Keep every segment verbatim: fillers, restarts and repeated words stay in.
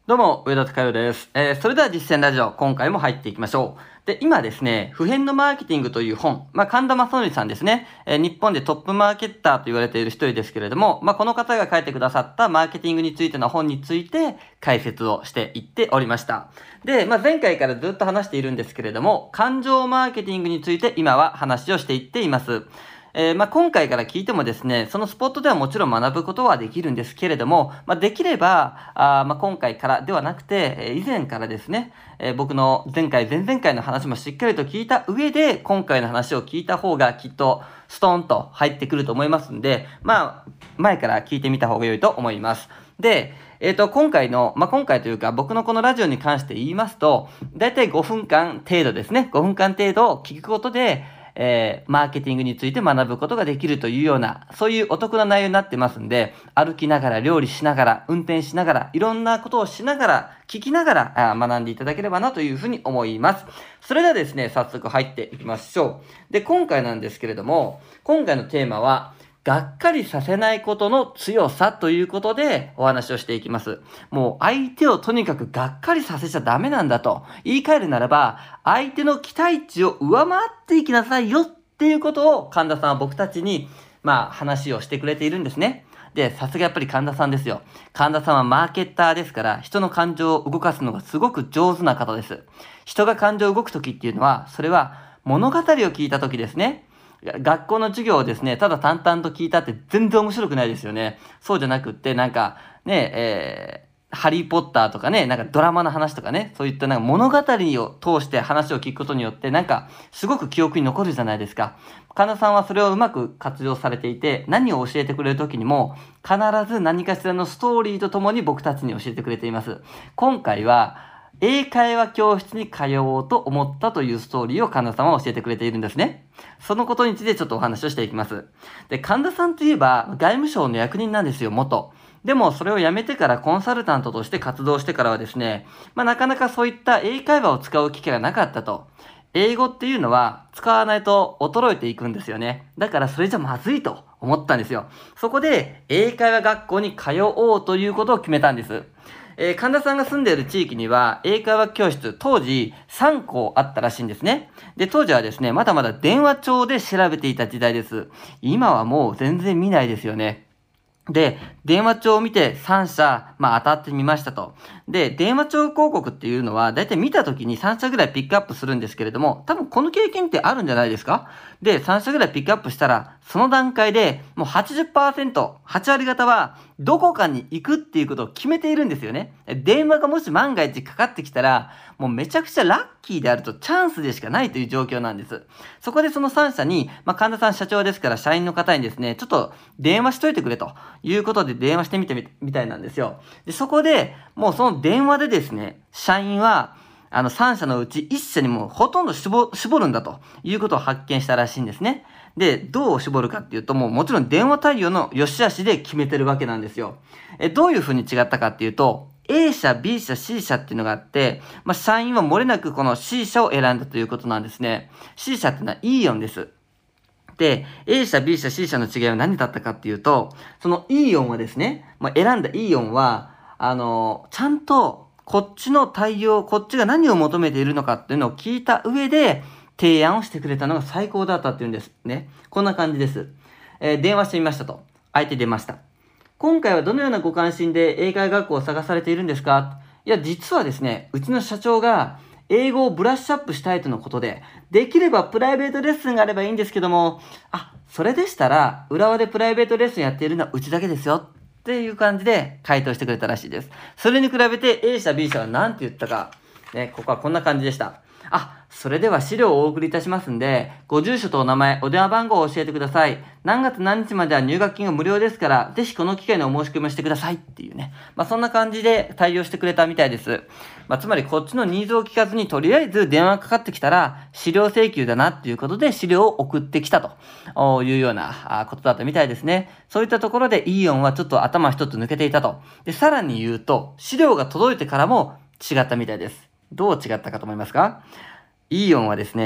どうも、上田隆洋です。えー、それでは実践ラジオ、今回も入っていきましょう。で、今ですね、普遍のマーケティングという本、まあ、神田正則さんですね、えー、日本でトップマーケッターと言われている一人ですけれども、まあ、この方が書いてくださったマーケティングについての本について解説をしていっておりました。で、まあ、前回からずっと話しているんですけれども、感情マーケティングについて今は話をしていっています。えーまあ、今回から聞いてもですね、そのスポットではもちろん学ぶことはできるんですけれども、まあ、できれば、あまあ、今回からではなくて、えー以前からですね、えー僕の前回、前々回の話もしっかりと聞いた上で、今回の話を聞いた方がきっとストーンと入ってくると思いますんで、まあ、前から聞いてみた方が良いと思います。で、えっと、今回の、まあ、今回というか、僕のこのラジオに関して言いますと、だいたいごふんかん程度ですね、ごふんかん程度聞くことで、えー、マーケティングについて学ぶことができるというような、そういうお得な内容になってますんで、歩きながら、料理しながら、運転しながら、いろんなことをしながら、聞きながらあ学んでいただければなというふうに思います。それではですね、早速入っていきましょう。で、今回なんですけれども、今回のテーマは、がっかりさせないことの強さということでお話をしていきます。もう相手をとにかくがっかりさせちゃダメなんだと言い換えるならば、相手の期待値を上回っていきなさいよっていうことを神田さんは僕たちに、まあ話をしてくれているんですね。で、さすがやっぱり神田さんですよ。神田さんはマーケッターですから、人の感情を動かすのがすごく上手な方です。人が感情を動くときっていうのは、それは物語を聞いたときですね。学校の授業をですね、ただ淡々と聞いたって全然面白くないですよね。そうじゃなくって、なんか、ね、えー、ハリーポッターとかね、なんかドラマの話とかね、そういったなんか物語を通して話を聞くことによって、なんか、すごく記憶に残るじゃないですか。神田さんはそれをうまく活用されていて、何を教えてくれる時にも、必ず何かしらのストーリーとともに僕たちに教えてくれています。今回は、英会話教室に通おうと思ったというストーリーを神田さんは教えてくれているんですね。そのことについてちょっとお話をしていきます。で、神田さんといえば外務省の役人なんですよ、元。でもそれを辞めてからコンサルタントとして活動してからはですね、まあなかなかそういった英会話を使う機会がなかったと。英語っていうのは使わないと衰えていくんですよね。だからそれじゃまずいと思ったんですよ。そこで英会話学校に通おうということを決めたんです。えー、神田さんが住んでいる地域には英会話教室当時さんこうあったらしいんですね。で、当時はですね、まだまだ電話帳で調べていた時代です。今はもう全然見ないですよね。で、電話帳を見てさん社、まあ当たってみましたと。で、電話帳広告っていうのは、だいたい見た時にさん社ぐらいピックアップするんですけれども、多分この経験ってあるんじゃないですか？で、さん社ぐらいピックアップしたら、その段階でもうはちじゅっパーセント、はち割方はどこかに行くっていうことを決めているんですよね。電話がもし万が一かかってきたら、もうめちゃくちゃラッキーであるとチャンスでしかないという状況なんです。そこでそのさん社に、まあ、神田さん社長ですから社員の方にですね、ちょっと電話しといてくれということで電話してみてみたいなんですよ。で、そこでもうその電話でですね、社員はあのさん社のうちいっ社にもうほとんど絞絞るんだということを発見したらしいんですね。で、どう絞るかっていうと、もうもちろん電話対応の良し悪しで決めてるわけなんですよ。え、どういう風に違ったかっていうと、A 社、B 社、C 社っていうのがあって、まあ、社員は漏れなくこの C 社を選んだということなんですね。C 社っていうのはイーオンです。で、A 社、B 社、C 社の違いは何だったかっていうと、そのイーオンはですね、まあ、選んだイーオンは、あの、ちゃんとこっちの対応、こっちが何を求めているのかっていうのを聞いた上で、提案をしてくれたのが最高だったっていうんですね。こんな感じです。えー電話してみましたと。相手出ました。今回はどのようなご関心で英会話学校を探されているんですか？いや、実はですね、うちの社長が英語をブラッシュアップしたいとのことで、できればプライベートレッスンがあればいいんですけども、あ、それでしたら、浦和でプライベートレッスンやっているのはうちだけですよ。っていう感じで回答してくれたらしいです。それに比べて A 社 B 社は何て言ったか、ね、ここはこんな感じでした。あ、それでは資料をお送りいたしますんで、ご住所とお名前、お電話番号を教えてください。何月何日までは入学金が無料ですから、ぜひこの機会にお申し込みをしてくださいっていうね。まあそんな感じで対応してくれたみたいです。まあつまりこっちのニーズを聞かずにとりあえず電話かかってきたら資料請求だなっていうことで資料を送ってきたというようなことだったみたいですね。そういったところでイーオンはちょっと頭一つ抜けていたと。で、さらに言うと、資料が届いてからも違ったみたいです。どう違ったかと思いますか？イーオンはですね、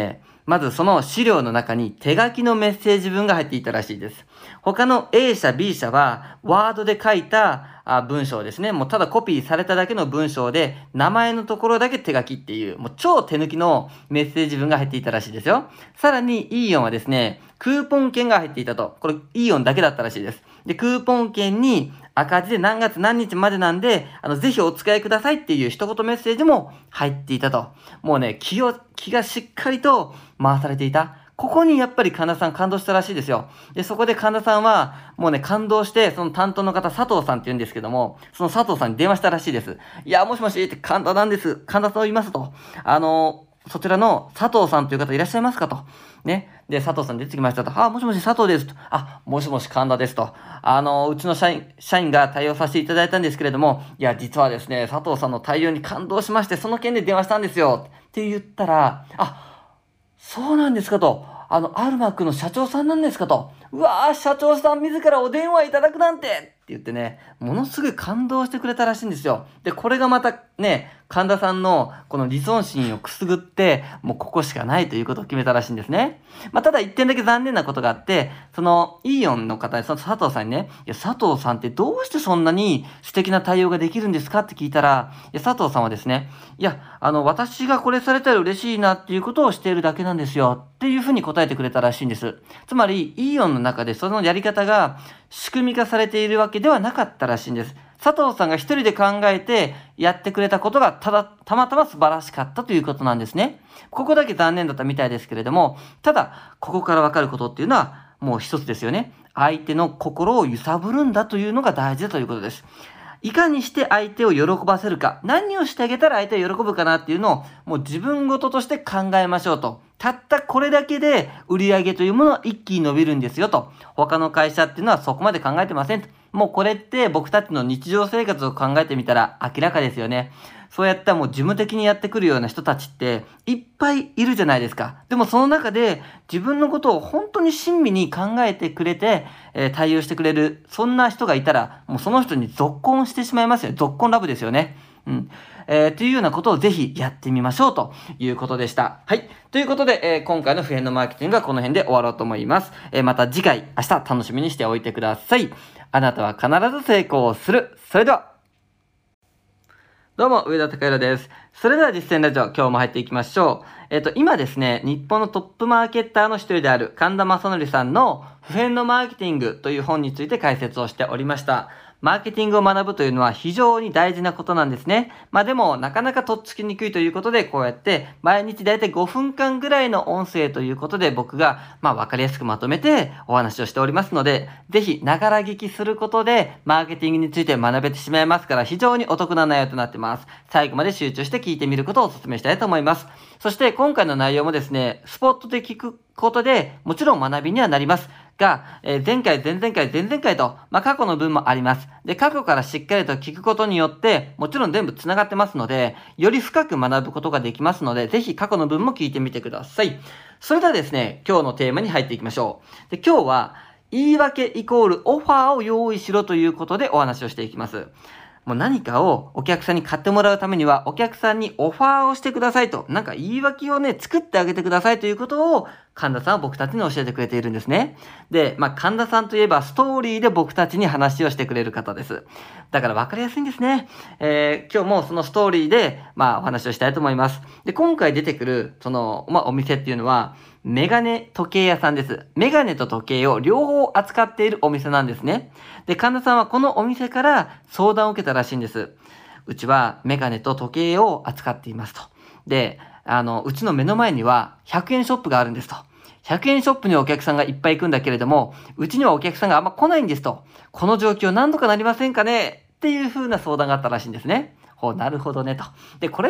まずその資料の中に手書きのメッセージ文が入っていたらしいです。他の A 社、B 社は、ワードで書いたあ文章ですね。もうただコピーされただけの文章で、名前のところだけ手書きっていう、もう超手抜きのメッセージ文が入っていたらしいですよ。さらに、イーオンはですね、クーポン券が入っていたと。これ、イーオンだけだったらしいです。で、クーポン券に赤字で何月何日までなんで、あの、ぜひお使いくださいっていう一言メッセージも入っていたと。もうね、気を、気がしっかりと回されていた。ここにやっぱり神田さん感動したらしいですよ。で、そこで神田さんは、もうね、感動して、その担当の方、佐藤さんって言うんですけども、その佐藤さんに電話したらしいです。いや、もしもしって、神田なんです。神田さんを言いますと。あの、そちらの佐藤さんという方いらっしゃいますかと。ね。で、佐藤さん出てきましたと。あ、もしもし佐藤ですと。あ、もしもし神田ですと。あの、うちの社員、社員が対応させていただいたんですけれども、いや、実はですね、佐藤さんの対応に感動しまして、その件で電話したんですよ。って言ったら、あ、そうなんですかと。あの、アルマックの社長さんなんですかと。うわー、社長さん自らお電話いただくなんてって言ってね、ものすごい感動してくれたらしいんですよ。で、これがまたね、神田さんのこの自尊心をくすぐって、もうここしかないということを決めたらしいんですね。まあ、ただ一点だけ残念なことがあって、その、イーオンの方に、その佐藤さんにね、いや、佐藤さんってどうしてそんなに素敵な対応ができるんですかって聞いたら、いや、佐藤さんはですね、いや、あの、私がこれされたら嬉しいなっていうことをしているだけなんですよ。っていうふうに答えてくれたらしいんです。つまり、イーオンの中でそのやり方が仕組み化されているわけではなかったらしいんです。佐藤さんが一人で考えてやってくれたことがただ、たまたま素晴らしかったということなんですね。ここだけ残念だったみたいですけれども、ただ、ここからわかることっていうのはもう一つですよね。相手の心を揺さぶるんだというのが大事だということです。いかにして相手を喜ばせるか、何をしてあげたら相手を喜ぶかなっていうのをもう自分事として考えましょうと。たったこれだけで売り上げというものは一気に伸びるんですよと。他の会社っていうのはそこまで考えてませんと。もうこれって僕たちの日常生活を考えてみたら明らかですよね。そうやったもう事務的にやってくるような人たちっていっぱいいるじゃないですか。でもその中で自分のことを本当に親身に考えてくれて、えー、対応してくれる、そんな人がいたら、もうその人に続婚してしまいますよ。続婚ラブですよね。うん。えー、というようなことをぜひやってみましょうということでした。はい。ということで、えー、今回の普遍のマーケティングはこの辺で終わろうと思います。えー、また次回、明日楽しみにしておいてください。あなたは必ず成功する。それでは。どうも、上田貴弘です。それでは実践ラジオ、今日も入っていきましょう。えっと、今ですね、日本のトップマーケッターの一人である神田正則さんの普遍のマーケティングという本について解説をしておりました。マーケティングを学ぶというのは非常に大事なことなんですね。まあでも、なかなかとっつきにくいということで、こうやって毎日だいたいごふんかんぐらいの音声ということで、僕がまあわかりやすくまとめてお話をしておりますので、ぜひ、ながら聞きすることで、マーケティングについて学べてしまいますから、非常にお得な内容となっています。最後まで集中して聞いてみることをお勧めしたいと思います。そして、今回の内容もですね、スポットで聞くことで、もちろん学びにはなります。が、えー、前回、前々回、前々回と、まあ、過去の分もあります。で、過去からしっかりと聞くことによって、もちろん全部繋がってますので、より深く学ぶことができますので、ぜひ過去の分も聞いてみてください。それではですね、今日のテーマに入っていきましょう。で、今日は、言い訳イコールオファーを用意しろということでお話をしていきます。もう何かをお客さんに買ってもらうためには、お客さんにオファーをしてくださいと、なんか言い訳をね、作ってあげてくださいということを、神田さんは僕たちに教えてくれているんですね。で、まあ、神田さんといえばストーリーで僕たちに話をしてくれる方です。だから分かりやすいんですね。えー、今日もそのストーリーで、まあ、お話をしたいと思います。で、今回出てくる、その、まあ、お店っていうのは、メガネ時計屋さんです。メガネと時計を両方扱っているお店なんですね。で、神田さんはこのお店から相談を受けたらしいんです。うちはメガネと時計を扱っていますと。で、あの、うちの目の前にはひゃくえんショップがあるんですと。ひゃくえんショップにお客さんがいっぱい行くんだけれども、うちにはお客さんがあんま来ないんですと。この状況何とかなりませんかねっていう風な相談があったらしいんですね。ほう、なるほどねと。で、これって、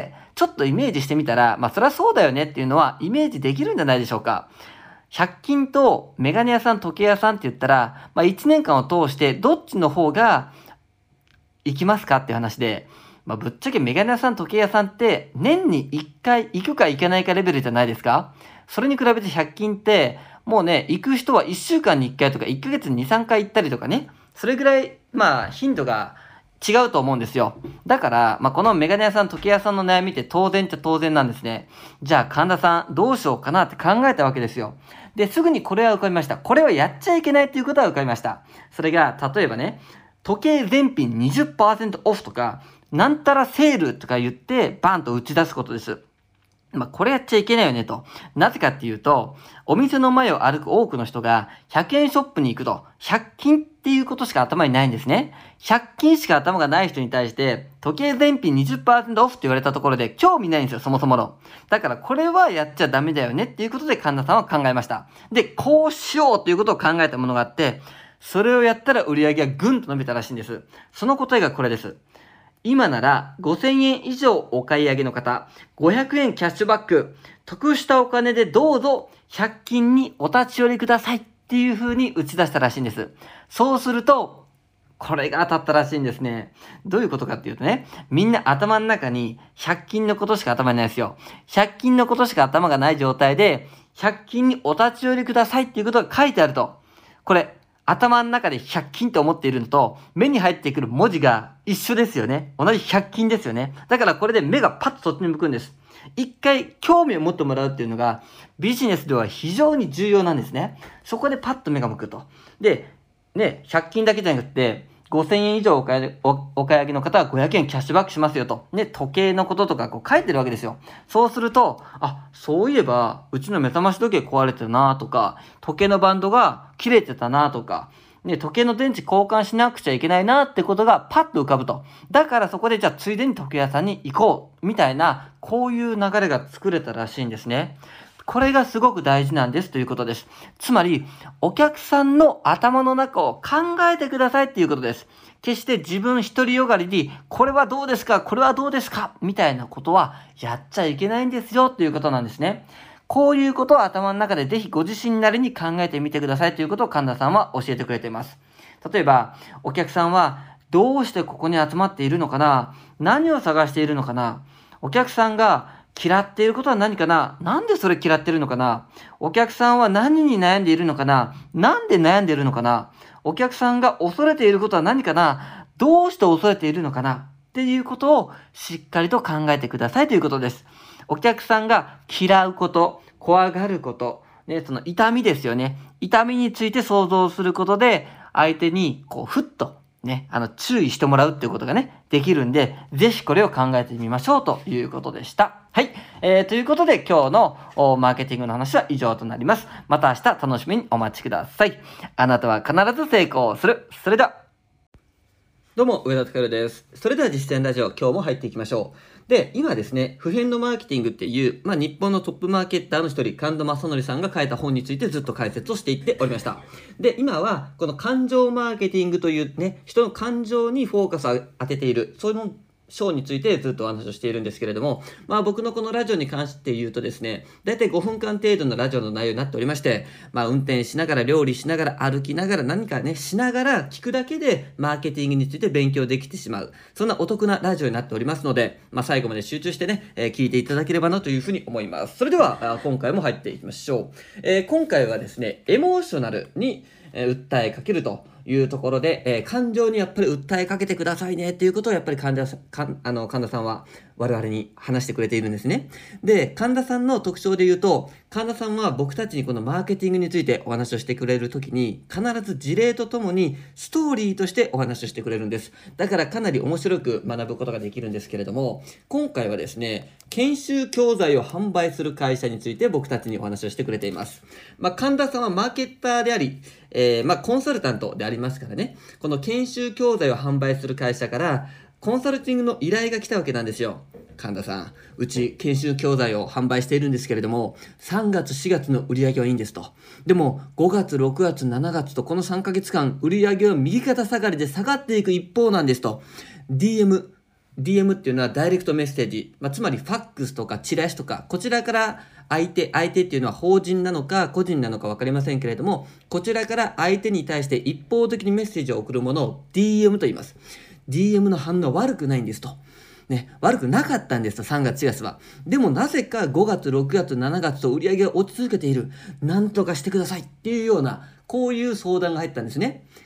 ちょっとイメージしてみたら、まあ、そりゃそうだよねっていうのはイメージできるんじゃないでしょうか。ひゃく均とメガネ屋さん、時計屋さんって言ったら、まあ、いちねんかんを通してどっちの方が行きますかっていう話で、まあ、ぶっちゃけメガネ屋さん、時計屋さんって年にいっかい行くか行けないかレベルじゃないですか。それに比べてひゃく均って、もうね、行く人はいっしゅうかんにいっかいとかいっかげつにに、さんかい行ったりとかね、それぐらい、まあ、頻度が違うと思うんですよ。だから、まあ、このメガネ屋さん、時計屋さんの悩みって当然っちゃ当然なんですね。じゃあ神田さん、どうしようかなって考えたわけですよ。で、すぐにこれは浮かびました。これはやっちゃいけないっていうことは浮かびました。それが、例えばね、時計全品にじゅっパーセントオフとか、なんたらセールとか言って、バンと打ち出すことです。まあ、これやっちゃいけないよねと。なぜかっていうと、お店の前を歩く多くの人がひゃくえんショップに行くと、ひゃく均っていうことしか頭にないんですね。ひゃく均しか頭がない人に対して、時計全品 にじゅっパーセント オフって言われたところで興味ないんですよ、そもそもの。だからこれはやっちゃダメだよねっていうことで神田さんは考えました。で、こうしようということを考えたものがあって、それをやったら売り上げがぐんと伸びたらしいんです。その答えがこれです。今ならごせんえん以上お買い上げの方、ごひゃくえんキャッシュバック、得したお金でどうぞひゃく均にお立ち寄りくださいっていう風に打ち出したらしいんです。そうすると、これが当たったらしいんですね。どういうことかっていうとね、みんな頭の中にひゃく均のことしか頭にないですよ。ひゃく均のことしか頭がない状態で、ひゃく均にお立ち寄りくださいっていうことが書いてあると。これ、頭の中でひゃく均と思っているのと、目に入ってくる文字が一緒ですよね。同じひゃく均ですよね。だからこれで目がパッとそっちに向くんです。一回興味を持ってもらうっていうのが、ビジネスでは非常に重要なんですね。そこでパッと目が向くと。で、ね、ひゃく均だけじゃなくて、ごせんえん以上お買いおお買い上げの方はごひゃくえんキャッシュバックしますよと。ね、時計のこととかこう書いてるわけですよ。そうすると、あ、そういえば、うちの目覚まし時計壊れてるなとか、時計のバンドが切れてたなとか、ね、時計の電池交換しなくちゃいけないなってことがパッと浮かぶと。だからそこでじゃあついでに時計屋さんに行こう。みたいな、こういう流れが作れたらしいんですね。これがすごく大事なんですということです。つまり、お客さんの頭の中を考えてくださいっていうことです。決して自分一人よがりに、これはどうですかこれはどうですかみたいなことはやっちゃいけないんですよっていうことなんですね。こういうことを頭の中でぜひご自身なりに考えてみてくださいということを神田さんは教えてくれています。例えば、お客さんはどうしてここに集まっているのかな何を探しているのかなお客さんが嫌っていることは何かななんでそれ嫌ってるのかなお客さんは何に悩んでいるのかななんで悩んでいるのかなお客さんが恐れていることは何かなどうして恐れているのかなっていうことをしっかりと考えてくださいということです。お客さんが嫌うこと、怖がること、ね、その痛みですよね。痛みについて想像することで、相手にこうふっとね、あの注意してもらうっていうことがね、できるんで、ぜひこれを考えてみましょうということでした。はい。えー、ということで今日のマーケティングの話は以上となります。また明日楽しみにお待ちください。あなたは必ず成功する。それでは。どうも、上田隆です。それでは実践ラジオ、今日も入っていきましょう。で、今ですね、普遍のマーケティングっていう、まあ、日本のトップマーケッターの一人、神田正則さんが書いた本についてずっと解説をしていっておりました。で、今は、この感情マーケティングというね、人の感情にフォーカスを当てている、そういうの章についてずっとお話をしているんですけれども、まあ僕のこのラジオに関して言うとですね、だいたいごふんかん程度のラジオの内容になっておりまして、まあ運転しながら料理しながら歩きながら何かね、しながら聞くだけでマーケティングについて勉強できてしまう。そんなお得なラジオになっておりますので、まあ最後まで集中してね、えー、聞いていただければなというふうに思います。それでは、今回も入っていきましょう。えー、今回はですね、エモーショナルに、えー、訴えかけると。いうところで、えー、感情にやっぱり訴えかけてくださいねっていうことをやっぱり神田さん、かあの神田さんは我々に話してくれているんですね。で、神田さんの特徴で言うと、神田さんは僕たちにこのマーケティングについてお話をしてくれるときに、必ず事例とともにストーリーとしてお話をしてくれるんです。だからかなり面白く学ぶことができるんですけれども、今回はですね、研修教材を販売する会社について僕たちにお話をしてくれています。まあ、神田さんはマーケッターであり、えー、まあ、コンサルタントでありますからね、この研修教材を販売する会社から、コンサルティングの依頼が来たわけなんですよ。神田さん、うち研修教材を販売しているんですけれども、さんがつしがつの売り上げはいいんですと。でもごがつろくがつしちがつとこのさんかげつかん売り上げは右肩下がりで下がっていく一方なんですと。 ディーエムディーエム っていうのはダイレクトメッセージ、まあ、つまりファックスとかチラシとか、こちらから相手、相手っていうのは法人なのか個人なのか分かりませんけれども、こちらから相手に対して一方的にメッセージを送るものを ディーエム と言います。 ディーエム の反応は悪くないんですと。ね、悪くなかったんですと、さんがつしがつは。でもなぜかごがつろくがつしちがつと売り上げが落ち続けている。なんとかしてくださいっていうような、こういう相談が入ったんですね。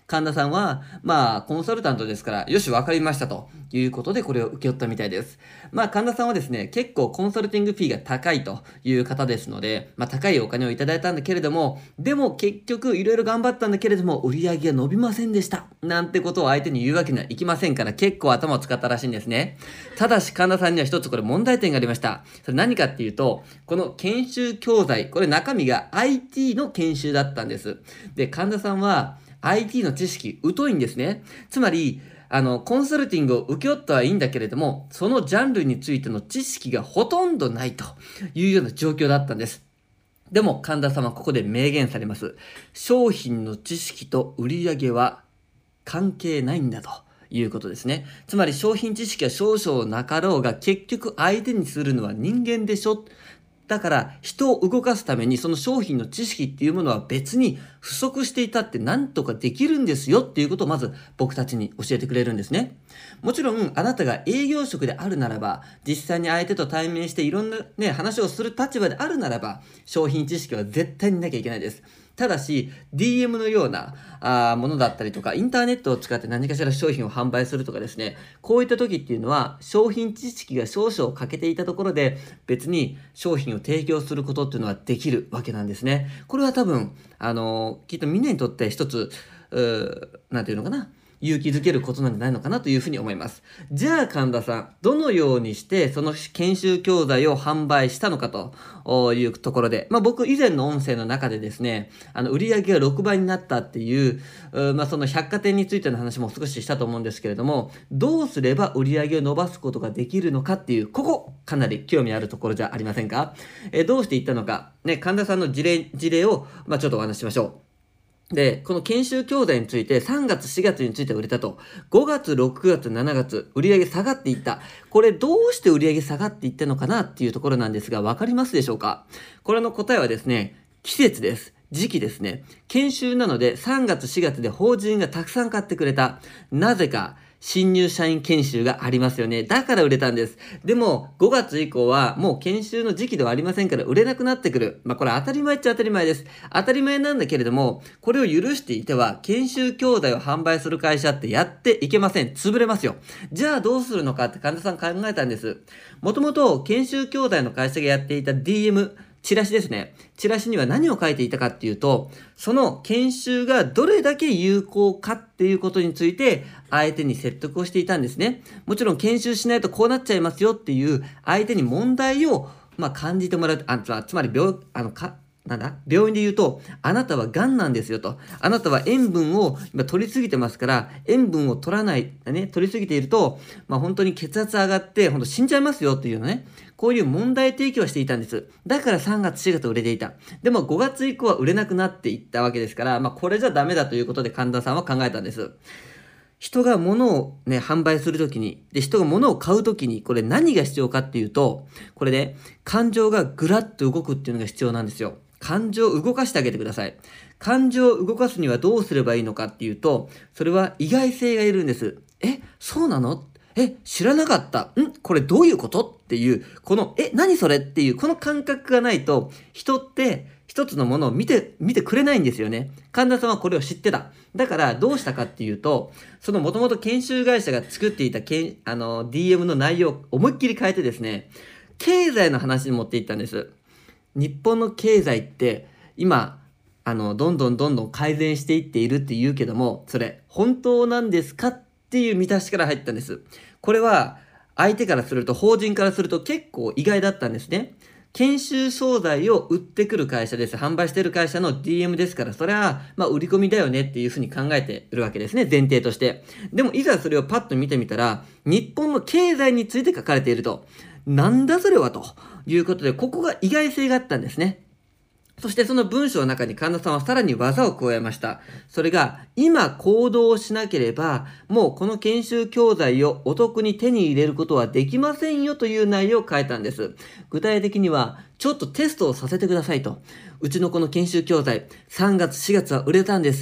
神田さんは、まあ、コンサルタントですから、よし、わかりましたということで、これを請け負ったみたいです。まあ、神田さんはですね、結構コンサルティングフィーが高いという方ですので、まあ、高いお金をいただいたんだけれども、でも結局、いろいろ頑張ったんだけれども、売り上げが伸びませんでした。なんてことを相手に言うわけにはいきませんから、結構頭を使ったらしいんですね。ただし、神田さんには一つこれ問題点がありました。それ何かっていうと、この研修教材、これ中身が アイティー の研修だったんです。で、神田さんは アイティー の知識疎いんですね。つまり、あの、コンサルティングを請け負ったはいいんだけれども、そのジャンルについての知識がほとんどないというような状況だったんです。でも、神田さんはここで明言されます。商品の知識と売り上げは関係ないんだということですね。つまり商品知識は少々なかろうが結局相手にするのは人間でしょ。だから人を動かすためにその商品の知識っていうものは別に不足していたって何とかできるんですよっていうことをまず僕たちに教えてくれるんですね。もちろんあなたが営業職であるならば、実際に相手と対面していろんなね話をする立場であるならば、商品知識は絶対になきゃいけないです。ただし ディーエム のようなあものだったりとか、インターネットを使って何かしら商品を販売するとかですね、こういった時っていうのは商品知識が少々欠けていたところで別に商品を提供することっていうのはできるわけなんですね。これは多分あのきっとみんなにとって一つなんていうのかな、勇気づけることなんじゃないのかなというふうに思います。じゃあ神田さん、どのようにしてその研修教材を販売したのかというところで、まあ、僕以前の音声の中でですね、あの売上がろくばいになったっていう、まあ、その百貨店についての話も少ししたと思うんですけれども、どうすれば売上を伸ばすことができるのかっていう、ここかなり興味あるところじゃありませんか。えどうしていったのか、ね、神田さんの事例事例を、まあ、ちょっとお話ししましょう。で、この研修教材についてさんがつしがつについて売れたと。ごがつろくがつしちがつ売上下がっていった。これどうして売上下がっていったのかなっていうところなんですが、わかりますでしょうか。これの答えはですね、季節です。時期ですね。研修なのでさんがつしがつで法人がたくさん買ってくれた。なぜか新入社員研修がありますよね。だから売れたんです。でもごがつ以降はもう研修の時期ではありませんから売れなくなってくる。まあこれ当たり前っちゃ当たり前です。当たり前なんだけれども、これを許していては研修教材を販売する会社ってやっていけません。潰れますよ。じゃあどうするのかって神田さん考えたんです。もともと研修教材の会社がやっていた ディーエム、チラシですね。チラシには何を書いていたかっていうと、その研修がどれだけ有効かっていうことについて相手に説得をしていたんですね。もちろん研修しないとこうなっちゃいますよっていう相手に問題をまあ感じてもらう、あつまり病あのかなんだ病院で言うと、あなたは癌なんですよと。あなたは塩分を今取りすぎてますから、塩分を取らない、ね、取りすぎていると、まあ本当に血圧上がって、本当死んじゃいますよっていうのね。こういう問題提起をしていたんです。だからさんがつしがつ売れていた。でもごがつ以降は売れなくなっていったわけですから、まあこれじゃダメだということで神田さんは考えたんです。人が物をね、販売するときに、で、人が物を買うときに、これ何が必要かっていうと、これね、感情がぐらっと動くっていうのが必要なんですよ。感情を動かしてあげてください。感情を動かすにはどうすればいいのかっていうと、それは意外性がいるんです。え、そうなの？え、知らなかった。ん？これどういうこと？っていう、この、え、何それ？っていう、この感覚がないと、人って一つのものを見て、見てくれないんですよね。神田さんはこれを知ってた。だからどうしたかっていうと、そのもともと研修会社が作っていたけんあの ディーエム の内容を思いっきり変えてですね、経済の話に持っていったんです。日本の経済って今あのどんどんどんどん改善していっているって言うけども、それ本当なんですかっていう見出しから入ったんです。これは相手からすると、法人からすると結構意外だったんですね。研修商材を売ってくる会社です。販売している会社の ディーエム ですから、それはまあ売り込みだよねっていうふうに考えているわけですね、前提として。でもいざそれをパッと見てみたら、日本の経済について書かれていると、なんだそれはということで、ここが意外性があったんですね。そしてその文章の中に神田さんはさらに技を加えました。それが、今行動しなければ、もうこの研修教材をお得に手に入れることはできませんよという内容を変えたんです。具体的には、ちょっとテストをさせてくださいと。うちのこの研修教材、さんがつしがつは売れたんです。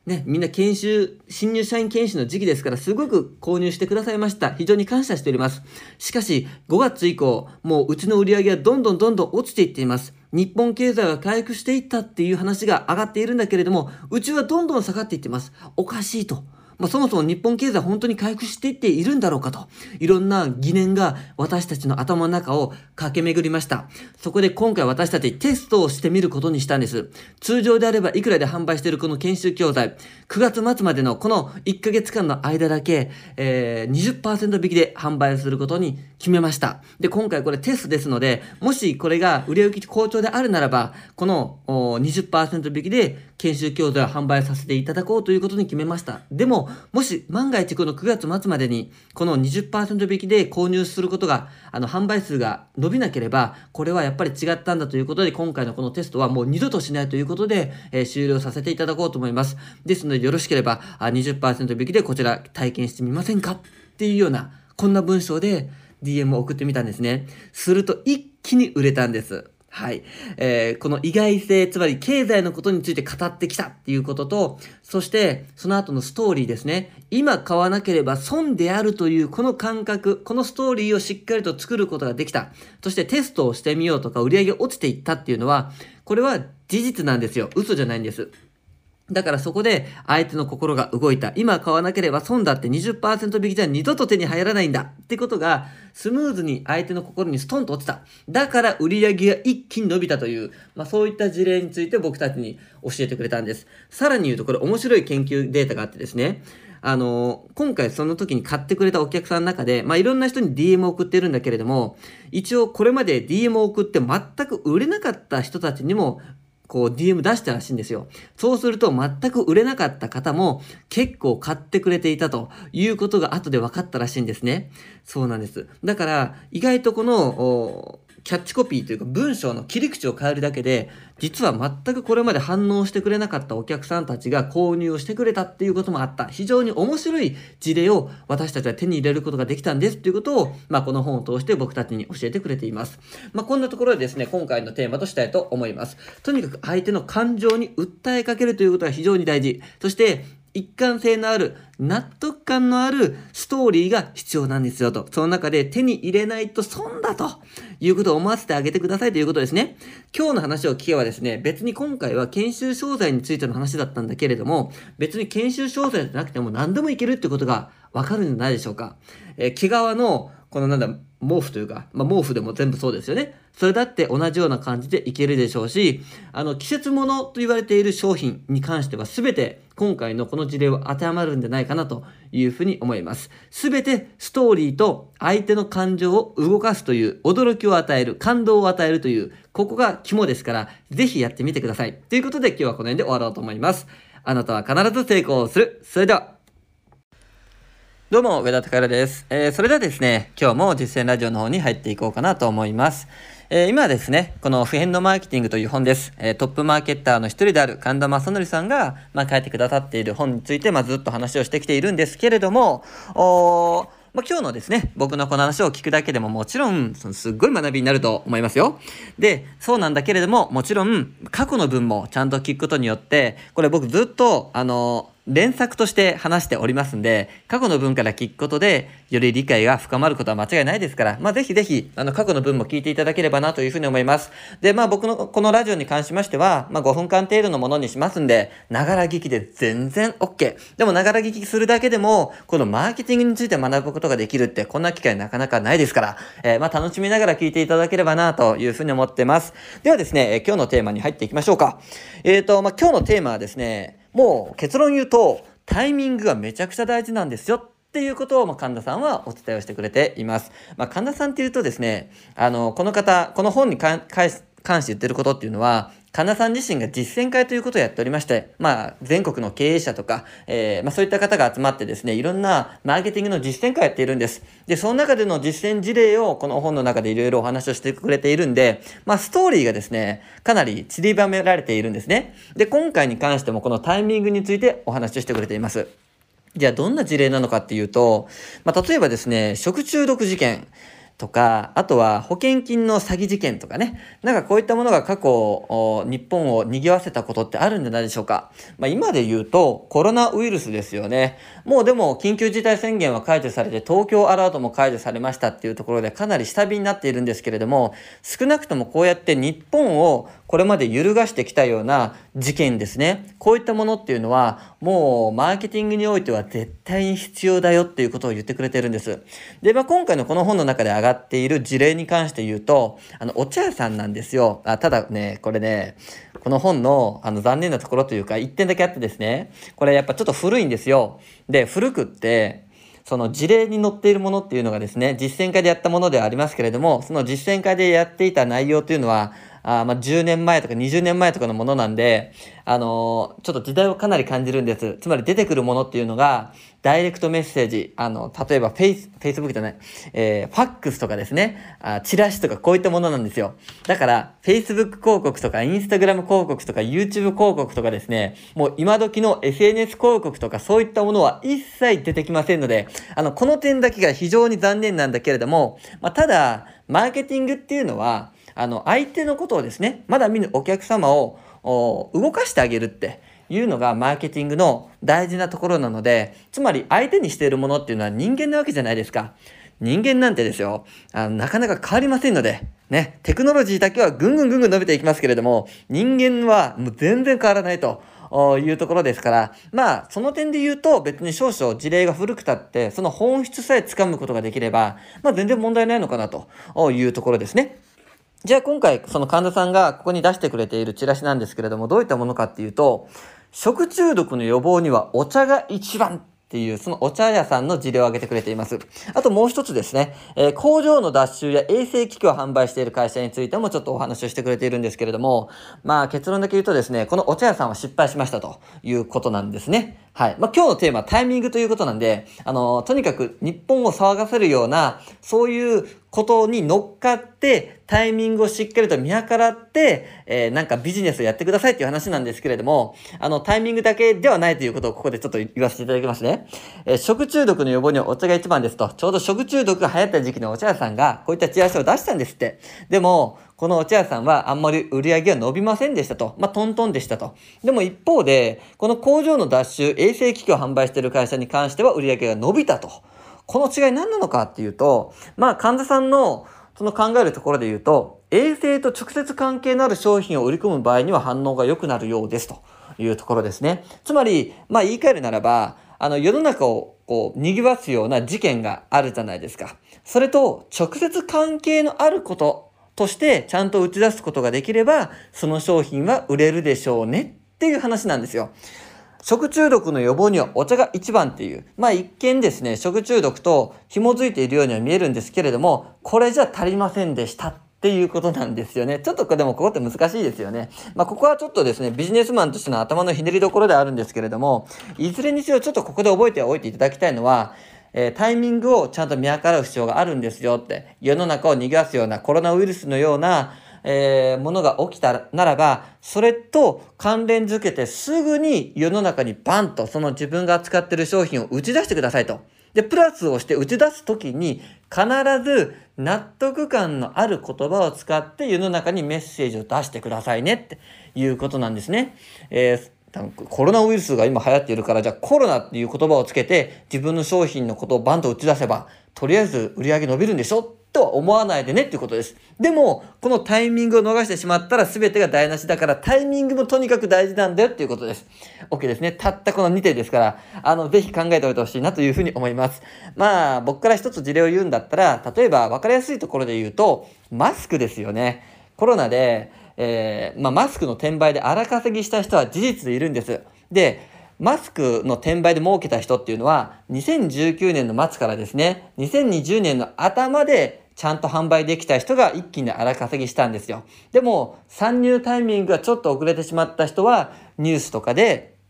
ね、みんな研修、新入社員研修の時期ですから、すごく購入してくださいました。非常に感謝しております。しかし、ごがつ以降、もううちの売り上げはどんどんどんどん落ちていっています。日本経済は回復していったっていう話が上がっているんだけれども、うちはどんどん下がっていってます。おかしいと。まあ、そもそも日本経済は本当に回復していっているんだろうかと、いろんな疑念が私たちの頭の中を駆け巡りました。そこで今回私たちテストをしてみることにしたんです。通常であればいくらで販売しているこの研修教材、くがつ末までのこのいっかげつかんの間だけ、えー、にじゅっパーセント 引きで販売することに決めました。で、今回これテストですので、もしこれが売れ行き好調であるならば、この にじゅっパーセント 引きで研修教材を販売させていただこうということに決めました。でも、もし万が一このくがつ末までにこの にじゅっパーセント 引きで購入することが、あの販売数が伸びなければ、これはやっぱり違ったんだということで、今回のこのテストはもう二度としないということで、えー、終了させていただこうと思います。ですのでよろしければ にじゅっパーセント 引きでこちら体験してみませんかっていうような、こんな文章で ディーエム を送ってみたんですね。すると一気に売れたんです。はい。えー、この意外性、つまり経済のことについて語ってきたっていうことと、そしてその後のストーリーですね。今買わなければ損であるというこの感覚、このストーリーをしっかりと作ることができた。そしてテストをしてみようとか売り上げ落ちていったっていうのは、これは事実なんですよ。嘘じゃないんです。だからそこで相手の心が動いた。今買わなければ損だって にじゅっパーセント 引きじゃ二度と手に入らないんだってことがスムーズに相手の心にストンと落ちた。だから売り上げが一気に伸びたという、まあそういった事例について僕たちに教えてくれたんです。さらに言うとこれ面白い研究データがあってですね。あの、今回その時に買ってくれたお客さんの中で、まあいろんな人に ディーエム を送ってるんだけれども、一応これまで ディーエム を送って全く売れなかった人たちにもこう ディーエム 出したらしいんですよ。そうすると全く売れなかった方も結構買ってくれていたということが後で分かったらしいんですね。そうなんです。だから意外とこのキャッチコピーというか文章の切り口を変えるだけで、実は全くこれまで反応してくれなかったお客さんたちが購入をしてくれたっていうこともあった。非常に面白い事例を私たちは手に入れることができたんですということを、まあ、この本を通して僕たちに教えてくれています。まあ、こんなところでですね、今回のテーマとしたいと思います。とにかく相手の感情に訴えかけるということが非常に大事。そして一貫性のある、納得感のあるストーリーが必要なんですよと。その中で手に入れないと損だということを思わせてあげてくださいということですね。今日の話を聞けばですね、別に今回は研修商材についての話だったんだけれども、別に研修商材じゃなくても何でもいけるってことがわかるんじゃないでしょうか。えー、毛皮のこのなんだ、毛布というか、まあ、毛布でも全部そうですよね。それだって同じような感じでいけるでしょうし、あの、季節物と言われている商品に関しては全て今回のこの事例は当てはまるんじゃないかなというふうに思います。全てストーリーと相手の感情を動かすという、驚きを与える、感動を与えるという、ここが肝ですから、ぜひやってみてください。ということで今日はこの辺で終わろうと思います。あなたは必ず成功する。それでは。どうも、上田隆弘です。えー、それではですね、今日も実践ラジオの方に入っていこうかなと思います。えー、今はですね、この普遍のマーケティングという本です。えー、トップマーケッターの一人である神田正則さんが、まあ、書いてくださっている本について、まあ、ずっと話をしてきているんですけれども、おーまあ、今日のですね、僕のこの話を聞くだけでももちろん、そのすっごい学びになると思いますよ。で、そうなんだけれども、もちろん、過去の文もちゃんと聞くことによって、これ僕ずっと、あの、連作として話しておりますんで、過去の文から聞くことで、より理解が深まることは間違いないですから、まあ、ぜひぜひ、あの、過去の文も聞いていただければなというふうに思います。で、まあ、僕のこのラジオに関しましては、まあ、ごふんかん程度のものにしますんで、ながら聞きで全然 OK。でも、ながら聞きするだけでも、このマーケティングについて学ぶことができるって、こんな機会なかなかないですから、えー、まあ、楽しみながら聞いていただければなというふうに思ってます。ではですね、えー、今日のテーマに入っていきましょうか。えーと、まあ、今日のテーマはですね、もう結論言うと、タイミングがめちゃくちゃ大事なんですよっていうことを、まあ、神田さんはお伝えをしてくれています。まあ、神田さんっていうとですね、あの、この方、この本に関して言ってることっていうのは、神田さん自身が実践会ということをやっておりまして、まあ、全国の経営者とか、えー、まあ、そういった方が集まってですね、いろんなマーケティングの実践会をやっているんです。で、その中での実践事例をこの本の中でいろいろお話をしてくれているんで、まあ、ストーリーがですね、かなり散りばめられているんですね。で、今回に関してもこのタイミングについてお話をしてくれています。じゃあ、どんな事例なのかっていうと、まあ、例えばですね、食中毒事件。 とか、あとは保険金の詐欺事件とかね、なんかこういったものが過去、日本を賑わせたことってあるんじゃないでしょうか。まあ、今で言うとコロナウイルスですよね。もうでも緊急事態宣言は解除されて、東京アラートも解除されましたっていうところでかなり下火になっているんですけれども、少なくともこうやって日本をこれまで揺るがしてきたような事件ですね。こういったものっていうのはもうマーケティングにおいては絶対に必要だよっていうことを言ってくれてるんです。で、まあ、今回のこの本の中で上がっている事例に関して言うと、あのお茶屋さんなんですよ。あただね、これね、この本のあの残念なところというか一点だけあってですね、これやっぱちょっと古いんですよ。で、古くってその事例に載っているものっていうのがですね、実践会でやったものではありますけれども、その実践会でやっていた内容というのは、あまあじゅうねんまえとかにじゅうねんまえとかのものなんで、あのー、ちょっと時代をかなり感じるんです。つまり出てくるものっていうのが、ダイレクトメッセージ、あの、例えばフェイス、フェイスブックじゃない、えー、ファックスとかですね、あ、チラシとかこういったものなんですよ。だから、Facebook 広告とか Instagram 広告とか YouTube 広告とかですね、もう今時の エスエヌエス 広告とかそういったものは一切出てきませんので、あの、この点だけが非常に残念なんだけれども、まあ、ただ、マーケティングっていうのは、あの、相手のことをですね、まだ見ぬお客様を動かしてあげるっていうのがマーケティングの大事なところなので、つまり相手にしているものっていうのは人間なわけじゃないですか。人間なんてですよ、あのなかなか変わりませんので、ね、テクノロジーだけはぐんぐんぐんぐん伸びていきますけれども、人間はもう全然変わらないと。いうところですから、まあ、その点で言うと別に少々事例が古くたって、その本質さえ掴むことができれば、まあ全然問題ないのかなというところですね。じゃあ今回その神田さんがここに出してくれているチラシなんですけれども、どういったものかっていうと、食中毒の予防にはお茶が一番っていう、そのお茶屋さんの事例を挙げてくれています。あともう一つですね、えー、工場の脱臭や衛生機器を販売している会社についてもちょっとお話をしてくれているんですけれども、まあ結論だけ言うとですね、このお茶屋さんは失敗しましたということなんですね。はい。まあ今日のテーマはタイミングということなんで、あのー、とにかく日本を騒がせるような、そういうことに乗っかって、タイミングをしっかりと見計らって、えー、なんかビジネスをやってくださいっていう話なんですけれども、あの、タイミングだけではないということをここでちょっと言わせていただきますね。えー、食中毒の予防にはお茶が一番ですと、ちょうど食中毒が流行った時期のお茶屋さんがこういったチラシを出したんですって。でも、このお茶屋さんはあんまり売り上げは伸びませんでしたと。まあ、トントンでしたと。でも一方で、この工場の脱臭、衛生機器を販売している会社に関しては売り上げが伸びたと。この違い何なのかっていうと、まあ、神田さんのその考えるところで言うと、衛生と直接関係のある商品を売り込む場合には反応が良くなるようですというところですね。つまり、まあ言い換えるならば、あの世の中をこう賑わすような事件があるじゃないですか。それと直接関係のあることとしてちゃんと打ち出すことができれば、その商品は売れるでしょうねっていう話なんですよ。食中毒の予防にはお茶が一番っていう、まあ一見ですね、食中毒と紐づいているようには見えるんですけれども、これじゃ足りませんでしたっていうことなんですよね。ちょっとでもここって難しいですよね。まあここはちょっとですね、ビジネスマンとしての頭のひねりどころであるんですけれども、いずれにせよちょっとここで覚えておいていただきたいのは、えー、タイミングをちゃんと見計らう必要があるんですよって、世の中を賑わすようなコロナウイルスのようなえー、ものが起きたならば、それと関連づけてすぐに世の中にバンとその自分が扱っている商品を打ち出してくださいと。で、プラスをして打ち出すときに必ず納得感のある言葉を使って世の中にメッセージを出してくださいねっていうことなんですね。えーコロナウイルスが今流行っているから、じゃあコロナっていう言葉をつけて自分の商品のことをバンと打ち出せば、とりあえず売り上げ伸びるんでしょとは思わないでねっていうことです。でも、このタイミングを逃してしまったら全てが台無しだから、タイミングもとにかく大事なんだよっていうことです。OK ですね。たったこのにてんですから、あの、ぜひ考えておいてほしいなというふうに思います。まあ、僕から一つ事例を言うんだったら、例えば分かりやすいところで言うと、マスクですよね。コロナで、えー、まあ、マスクの転売で荒稼ぎした人は事実でいるんです。で、マスクの転売で儲けた人っていうのは、にせんじゅうきゅうねんの末からですね、にせんにじゅうねんの頭でちゃんと販売できた人が一気に荒稼ぎしたんですよ。でも、参入タイミングがちょっと遅れてしまった人は、ニュースとかで、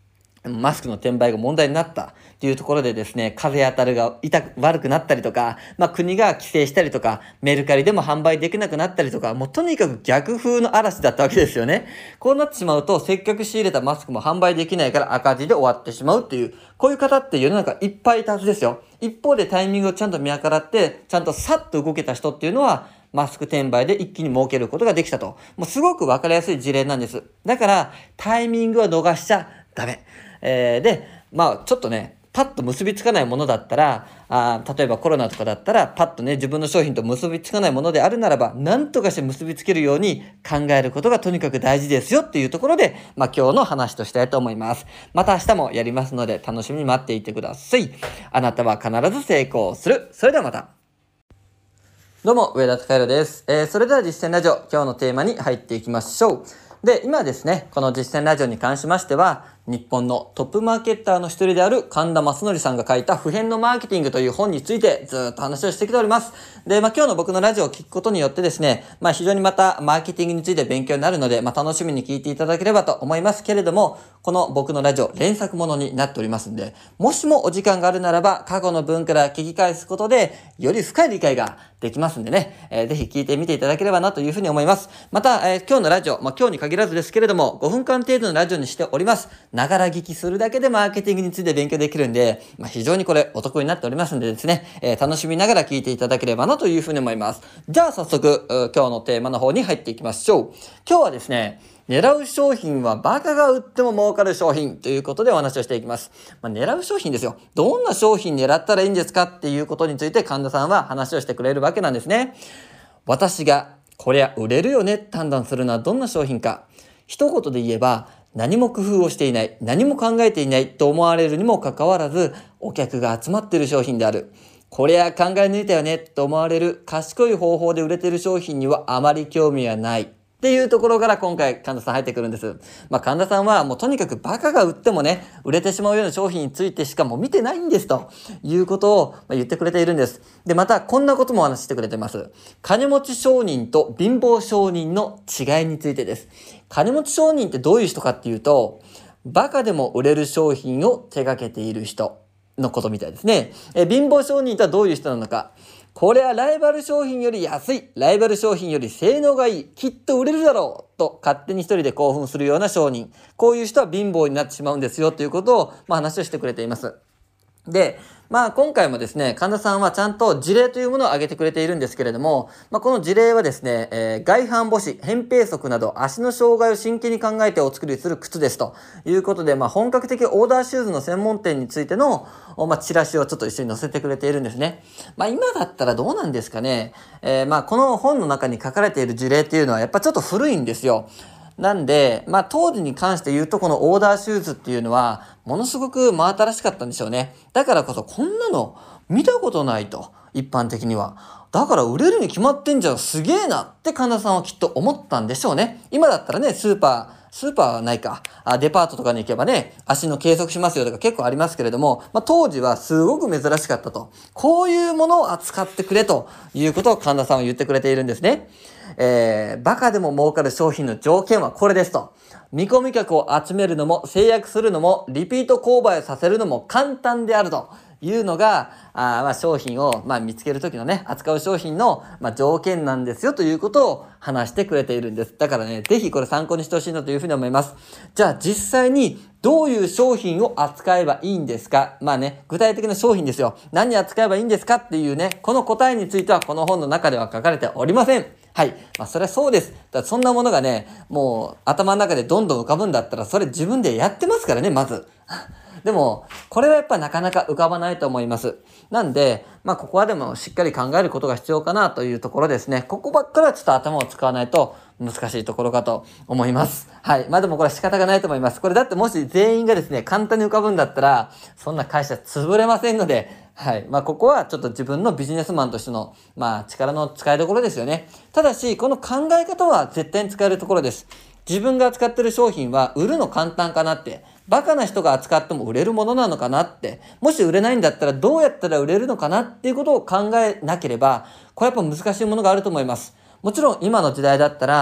マスクの転売が問題になったというところでですね、風当たるが痛く悪くなったりとか、まあ国が規制したりとか、メルカリでも販売できなくなったりとか、もうとにかく逆風の嵐だったわけですよね。こうなってしまうと、せっかく仕入れたマスクも販売できないから赤字で終わってしまうっていう、こういう方って世の中いっぱいいたはずですよ。一方でタイミングをちゃんと見計らって、ちゃんとさっと動けた人っていうのは、マスク転売で一気に儲けることができたと。もうすごくわかりやすい事例なんです。だから、タイミングは逃しちゃダメ。えー、で、まあちょっとね、パッと結びつかないものだったら、あ例えばコロナとかだったら、パッとね、自分の商品と結びつかないものであるならば、何とかして結びつけるように考えることがとにかく大事ですよっていうところで、まあ今日の話としたいと思います。また明日もやりますので、楽しみに待っていてください。あなたは必ず成功する。それではまた。どうも、上田貴弘です。えー、それでは実践ラジオ、今日のテーマに入っていきましょう。で、今ですね、この実践ラジオに関しましては、日本のトップマーケッターの一人である神田正則さんが書いた普遍のマーケティングという本についてずっと話をしてきております。で、まあ今日の僕のラジオを聞くことによってですね、まあ非常にまたマーケティングについて勉強になるので、まあ楽しみに聞いていただければと思いますけれども、この僕のラジオ連作ものになっておりますんで、もしもお時間があるならば過去の文から聞き返すことで、より深い理解ができますんでね、えー、ぜひ聞いてみていただければなというふうに思います。また、えー、今日のラジオ、まあ今日に限らずですけれども、ごふんかん程度のラジオにしております。ながら聞きするだけでマーケティングについて勉強できるんで、まあ、非常にこれお得になっておりますんでですね、えー、楽しみながら聞いていただければなというふうに思います。じゃあ早速、今日のテーマの方に入っていきましょう。今日はですね、狙う商品はバカが売っても儲かる商品ということでお話をしていきます。まあ、狙う商品ですよ。どんな商品狙ったらいいんですかっていうことについて神田さんは話をしてくれるわけなんですね。私がこれは売れるよねって判断するのはどんな商品か。一言で言えば、何も工夫をしていない、何も考えていないと思われるにもかかわらず、お客が集まっている商品である。これは考え抜いたよねと思われる賢い方法で売れている商品にはあまり興味はない。っていうところから今回神田さん入ってくるんです。まあ神田さんはもうとにかくバカが売ってもね、売れてしまうような商品についてしかもう見てないんですということを言ってくれているんです。で、またこんなこともお話ししてくれてます。金持ち商人と貧乏商人の違いについてです。金持ち商人ってどういう人かっていうと、バカでも売れる商品を手掛けている人のことみたいですね。え、貧乏商人とはどういう人なのか。これはライバル商品より安い、ライバル商品より性能がいい、きっと売れるだろうと勝手に一人で興奮するような商人。こういう人は貧乏になってしまうんですよということを、まあ、話をしてくれています。で、まあ今回もですね、神田さんはちゃんと事例というものを挙げてくれているんですけれども、まあこの事例はですね、えー、外反母趾、扁平足など足の障害を真剣に考えてお作りする靴ですということで、まあ本格的オーダーシューズの専門店についての、まあチラシをちょっと一緒に載せてくれているんですね。まあ今だったらどうなんですかね。えー、まあこの本の中に書かれている事例っていうのはやっぱちょっと古いんですよ。なんで、まあ当時に関して言うとこのオーダーシューズっていうのはものすごく真新しかったんでしょうね。だからこそこんなの見たことないと、一般的には。だから売れるに決まってんじゃん、すげえなって神田さんはきっと思ったんでしょうね。今だったらね、スーパー、スーパーはないか。あ、デパートとかに行けばね、足の計測しますよとか結構ありますけれども、まあ、当時はすごく珍しかったと。こういうものを扱ってくれということを神田さんは言ってくれているんですね。えー、バカでも儲かる商品の条件はこれですと。見込み客を集めるのも制約するのもリピート購買をさせるのも簡単であるというのが、あまあ商品をまあ見つけるときのね、扱う商品のまあ条件なんですよということを話してくれているんです。だからね、ぜひこれ参考にしてほしいなというふうに思います。じゃあ実際にどういう商品を扱えばいいんですか？まあね、具体的な商品ですよ。何扱えばいいんですかっていうね、この答えについてはこの本の中では書かれておりません。はい。まあ、それはそうです。だそんなものがね、もう頭の中でどんどん浮かぶんだったら、それ自分でやってますからね、まず。でも、これはやっぱなかなか浮かばないと思います。なんで、まあ、ここはでもしっかり考えることが必要かなというところですね。ここばっかりはちょっと頭を使わないと難しいところかと思います。はい。まあ、でもこれは仕方がないと思います。これだってもし全員がですね、簡単に浮かぶんだったら、そんな会社潰れませんので、はい。まあ、ここはちょっと自分のビジネスマンとしての、まあ、力の使いどころですよね。ただし、この考え方は絶対に使えるところです。自分が扱ってる商品は売るの簡単かなって、バカな人が扱っても売れるものなのかなって、もし売れないんだったらどうやったら売れるのかなっていうことを考えなければ、これやっぱ難しいものがあると思います。もちろん今の時代だったら、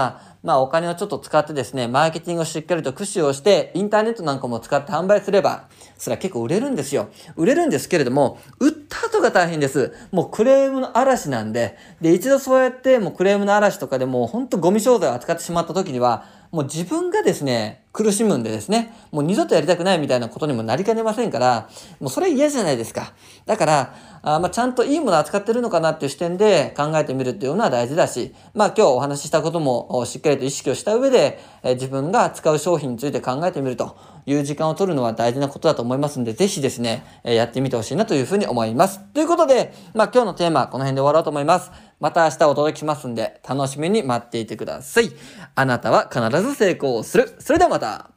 まあお金をちょっと使ってですね、マーケティングをしっかりと駆使をして、インターネットなんかも使って販売すれば、それは結構売れるんですよ。売れるんですけれども、売った後が大変です。もうクレームの嵐なんで、で、一度そうやってもうクレームの嵐とかでもうほんとゴミ商材を扱ってしまった時には、もう自分がですね、苦しむんでですね、もう二度とやりたくないみたいなことにもなりかねませんから、もうそれ嫌じゃないですか。だから、あまあ、ちゃんといいものを扱ってるのかなっていう視点で考えてみるっていうのは大事だし、まあ今日お話ししたこともしっかりと意識をした上で、えー、自分が使う商品について考えてみるという時間を取るのは大事なことだと思いますので、ぜひですね、えー、やってみてほしいなというふうに思います。ということで、まあ今日のテーマはこの辺で終わろうと思います。また明日お届けしますんで、楽しみに待っていてください。あなたは必ず成功する。それではまた。